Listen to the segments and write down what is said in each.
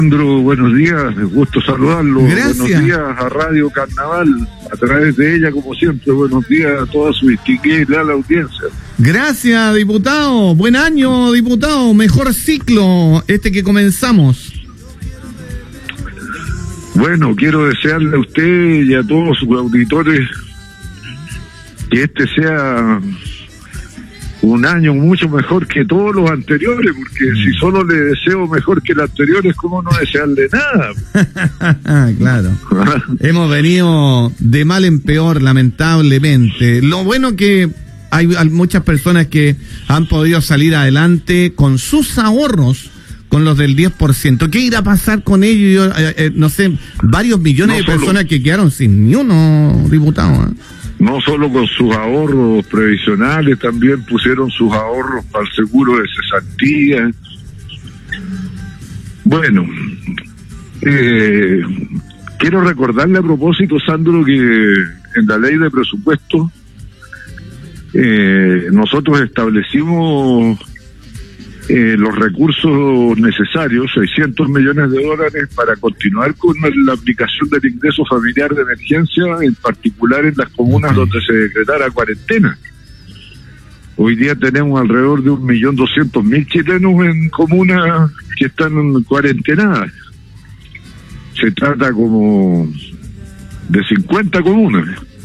Sandro, buenos días, gusto saludarlo. Gracias. Buenos días a Radio Carnaval, a través de ella, como siempre, buenos días a toda su distinguida y leal audiencia. Gracias, diputado. Buen año, diputado. Mejor ciclo este que comenzamos. Bueno, quiero desearle a usted y a todos sus auditores que este sea un año mucho mejor que todos los anteriores, porque si solo le deseo mejor que el anterior, es como no desearle nada. Claro. Hemos venido de mal en peor, lamentablemente. Lo bueno que hay muchas personas que han podido salir adelante con sus ahorros, con los del 10%. ¿Qué irá a pasar con ellos? No sé, varios millones de personas que quedaron sin ni uno, diputado, ¿eh? No solo con sus ahorros previsionales, también pusieron sus ahorros para el seguro de cesantía. Bueno, quiero recordarle a propósito, Sandro, que en la ley de presupuesto nosotros establecimos los recursos necesarios, 600 millones de dólares, para continuar con la aplicación del ingreso familiar de emergencia, en particular en las comunas donde se decretara cuarentena. Hoy día tenemos alrededor de 1.200.000 chilenos en comunas que están cuarentenadas. Se trata como de 50 comunas.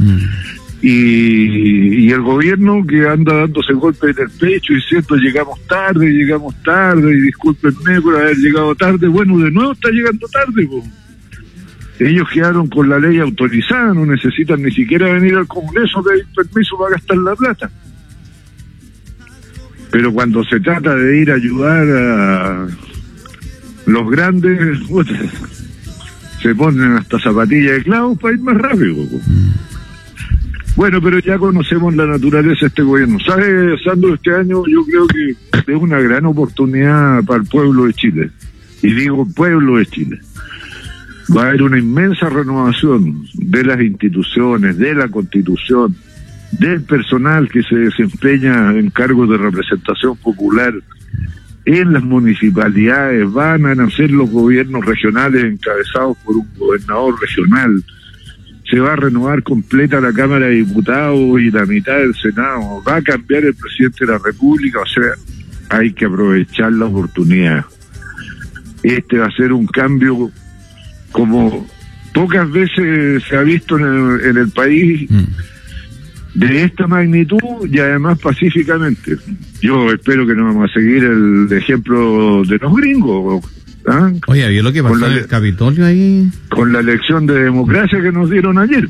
Y el gobierno que anda dándose golpes en el pecho diciendo llegamos tarde y discúlpenme por haber llegado tarde. Bueno, de nuevo está llegando tarde, po. Ellos quedaron con la ley autorizada, no necesitan ni siquiera venir al Congreso de permiso para gastar la plata. Pero cuando se trata de ir a ayudar a los grandes, se ponen hasta zapatillas de clavos para ir más rápido, po. Bueno, pero ya conocemos la naturaleza de este gobierno. ¿Sabe, Sandro? Este año yo creo que es una gran oportunidad para el pueblo de Chile. Y digo pueblo de Chile. Va a haber una inmensa renovación de las instituciones, de la Constitución, del personal que se desempeña en cargos de representación popular en las municipalidades. Van a nacer los gobiernos regionales encabezados por un gobernador regional. Se va a renovar completa la Cámara de Diputados y la mitad del Senado. Va a cambiar el presidente de la República. O sea, hay que aprovechar la oportunidad. Este va a ser un cambio como pocas veces se ha visto en el país, de esta magnitud y además pacíficamente. Yo espero que no vamos a seguir el ejemplo de los gringos. ¿Ah? Oye, ¿vio lo que pasó en el Capitolio ahí? Con la elección de democracia que nos dieron ayer.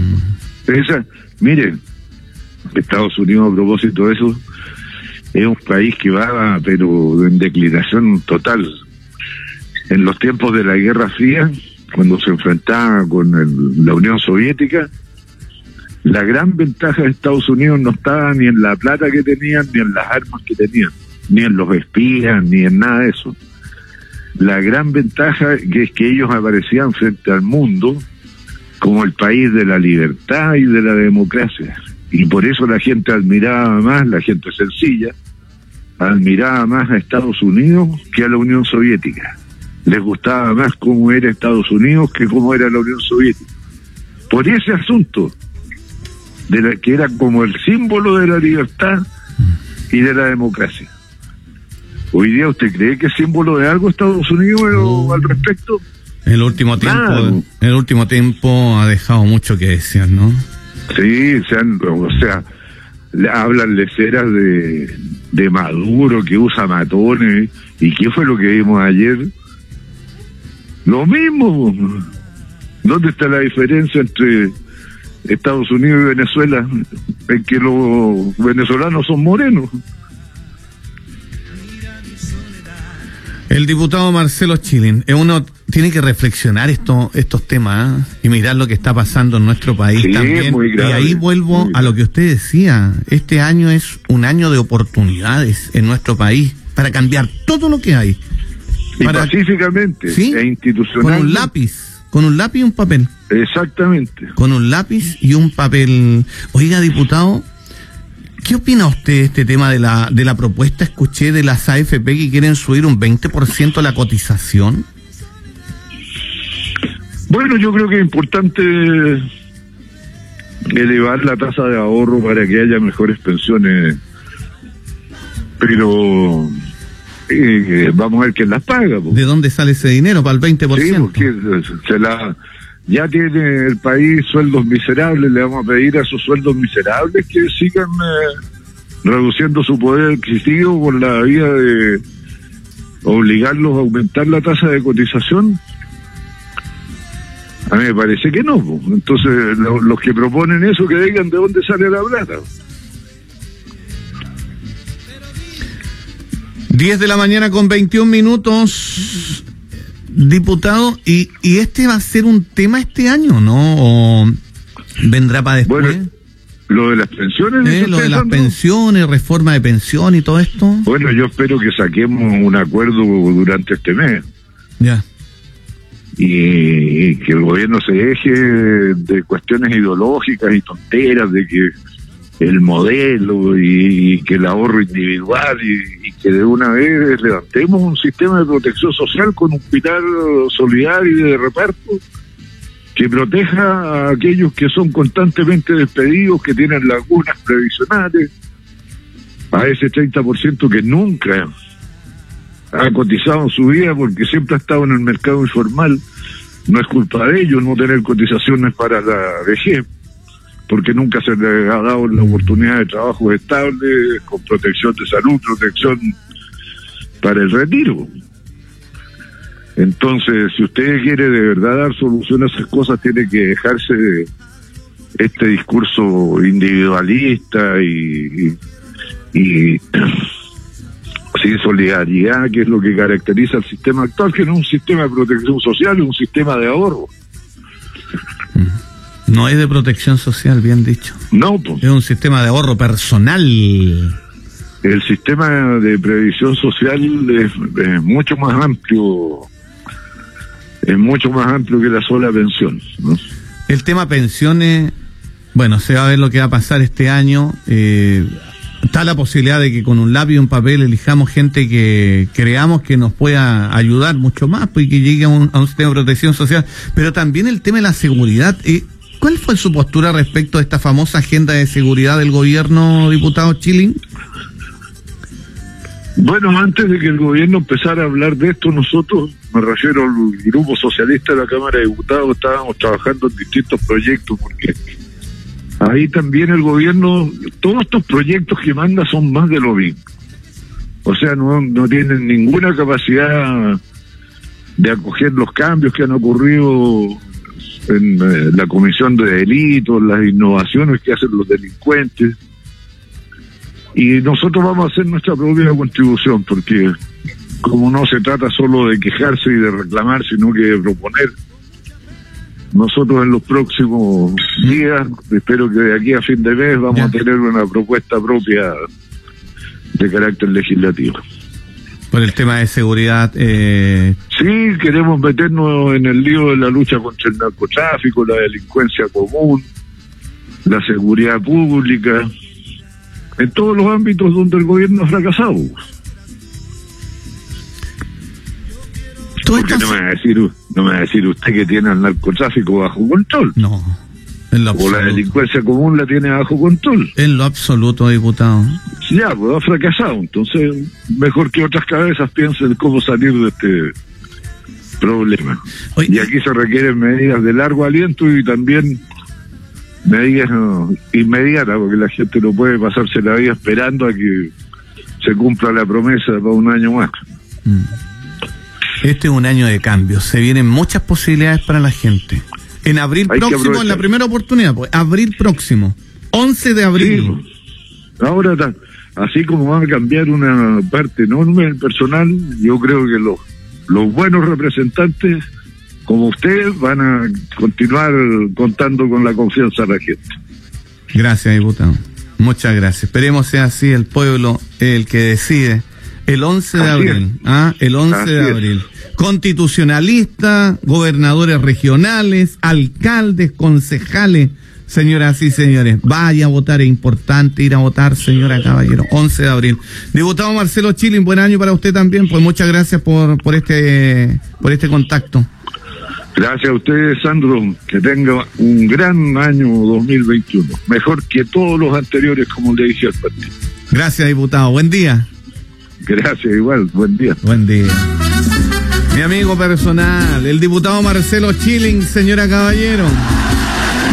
Miren, Estados Unidos, a propósito de eso, es un país que va, pero en declinación total. En los tiempos de la Guerra Fría, cuando se enfrentaba con la Unión Soviética, la gran ventaja de Estados Unidos no estaba ni en la plata que tenían, ni en las armas que tenían, ni en los espías, ni en nada de eso. La gran ventaja es que ellos aparecían frente al mundo como el país de la libertad y de la democracia. Y por eso la gente admiraba más, la gente sencilla, admiraba más a Estados Unidos que a la Unión Soviética. Les gustaba más cómo era Estados Unidos que cómo era la Unión Soviética. Por ese asunto, que era como el símbolo de la libertad y de la democracia. Hoy día, ¿usted cree que es símbolo de algo Estados Unidos al respecto? En el último tiempo ha dejado mucho que desear, ¿no? Sí, hablan leceras de Maduro, que usa matones. ¿Y qué fue lo que vimos ayer? Lo mismo. ¿Dónde está la diferencia entre Estados Unidos y Venezuela? En que los venezolanos son morenos. El diputado Marcelo Chilin, uno tiene que reflexionar estos temas, ¿eh? Y mirar lo que está pasando en nuestro país, sí, también. Muy grave, y ahí vuelvo a lo que usted decía. Este año es un año de oportunidades en nuestro país para cambiar todo lo que hay. Y pacíficamente, ¿sí? E institucionalmente. Con un lápiz y un papel. Exactamente. Con un lápiz y un papel. Oiga, diputado, ¿qué opina usted de este tema de la propuesta? Escuché de las AFP que quieren subir un 20% la cotización. Bueno, yo creo que es importante elevar la tasa de ahorro para que haya mejores pensiones, pero vamos a ver quién las paga. ¿De dónde sale ese dinero para el 20%? Sí, porque ya tiene el país sueldos miserables, le vamos a pedir a esos sueldos miserables que sigan reduciendo su poder adquisitivo por la vía de obligarlos a aumentar la tasa de cotización. A mí me parece que no. Entonces, los que proponen eso, que digan de dónde sale la plata. 10 de la mañana con 21 minutos, diputado, y este va a ser un tema este año, ¿no? ¿O vendrá para después? Bueno, lo de las pensiones. Lo de las pensiones, reforma de pensión y todo esto. Bueno, yo espero que saquemos un acuerdo durante este mes. Ya. Y que el gobierno se deje de cuestiones ideológicas y tonteras de que el modelo y que el ahorro individual y que de una vez levantemos un sistema de protección social con un pilar solidario y de reparto que proteja a aquellos que son constantemente despedidos, que tienen lagunas previsionales, a ese 30% que nunca ha cotizado en su vida porque siempre ha estado en el mercado informal. No es culpa de ellos no tener cotizaciones para la vejez, porque nunca se les ha dado la oportunidad de trabajo estable, con protección de salud, protección para el retiro. Entonces, si usted quiere de verdad dar solución a esas cosas, tiene que dejarse de este discurso individualista y sin solidaridad, que es lo que caracteriza al sistema actual, que no es un sistema de protección social, es un sistema de ahorro. No es de protección social, bien dicho. No, pues. Es un sistema de ahorro personal. El sistema de previsión social es mucho más amplio. Es mucho más amplio que la sola pensión, ¿no? El tema pensiones, bueno, se va a ver lo que va a pasar este año. Está la posibilidad de que con un lápiz y un papel elijamos gente que creamos que nos pueda ayudar mucho más, pues, y que llegue a un sistema de protección social. Pero también el tema de la seguridad. ¿Cuál fue su postura respecto a esta famosa agenda de seguridad del gobierno, diputado Chilin? Bueno, antes de que el gobierno empezara a hablar de esto, nosotros, me refiero al Grupo Socialista de la Cámara de Diputados, estábamos trabajando en distintos proyectos, porque ahí también el gobierno, todos estos proyectos que manda son más de lo mismo. O sea, no tienen ninguna capacidad de acoger los cambios que han ocurrido en la comisión de delitos, las innovaciones que hacen los delincuentes. Y nosotros vamos a hacer nuestra propia contribución, porque como no se trata solo de quejarse y de reclamar, sino que de proponer, nosotros en los próximos días, espero que de aquí a fin de mes, vamos a tener una propuesta propia de carácter legislativo. Por el tema de seguridad. Sí, queremos meternos en el lío de la lucha contra el narcotráfico, la delincuencia común, la seguridad pública, en todos los ámbitos donde el gobierno ha fracasado. Porque no me va a decir usted que tiene al narcotráfico bajo control. No, en lo absoluto. O la delincuencia común la tiene bajo control. En lo absoluto, diputado. Ya, pues ha fracasado. Entonces, mejor que otras cabezas piensen cómo salir de este problema. Oye, y aquí se requieren medidas de largo aliento y también medidas inmediatas, porque la gente no puede pasarse la vida esperando a que se cumpla la promesa para un año más. Este es un año de cambios, se vienen muchas posibilidades para la gente. En abril próximo, en la primera oportunidad, pues, abril próximo, 11 de abril. Sí, ahora, así como va a cambiar una parte enorme del personal, yo creo que los buenos representantes como usted van a continuar contando con la confianza de la gente. Gracias, diputado. Muchas gracias. Esperemos sea así, el pueblo el que decide. El 11 de abril. El 11 de abril. Constitucionalista, gobernadores regionales, alcaldes, concejales, señoras y señores. Vaya a votar, es importante ir a votar, señora caballero. 11 de abril. Diputado Marcelo Chilin, buen año para usted también. Pues muchas gracias por este contacto. Gracias a ustedes, Sandro, que tenga un gran año 2021, mejor que todos los anteriores, como le dije al partido. Gracias, diputado. Buen día. Gracias, igual. Buen día. Buen día. Mi amigo personal, el diputado Marcelo Chilling, señora Caballero.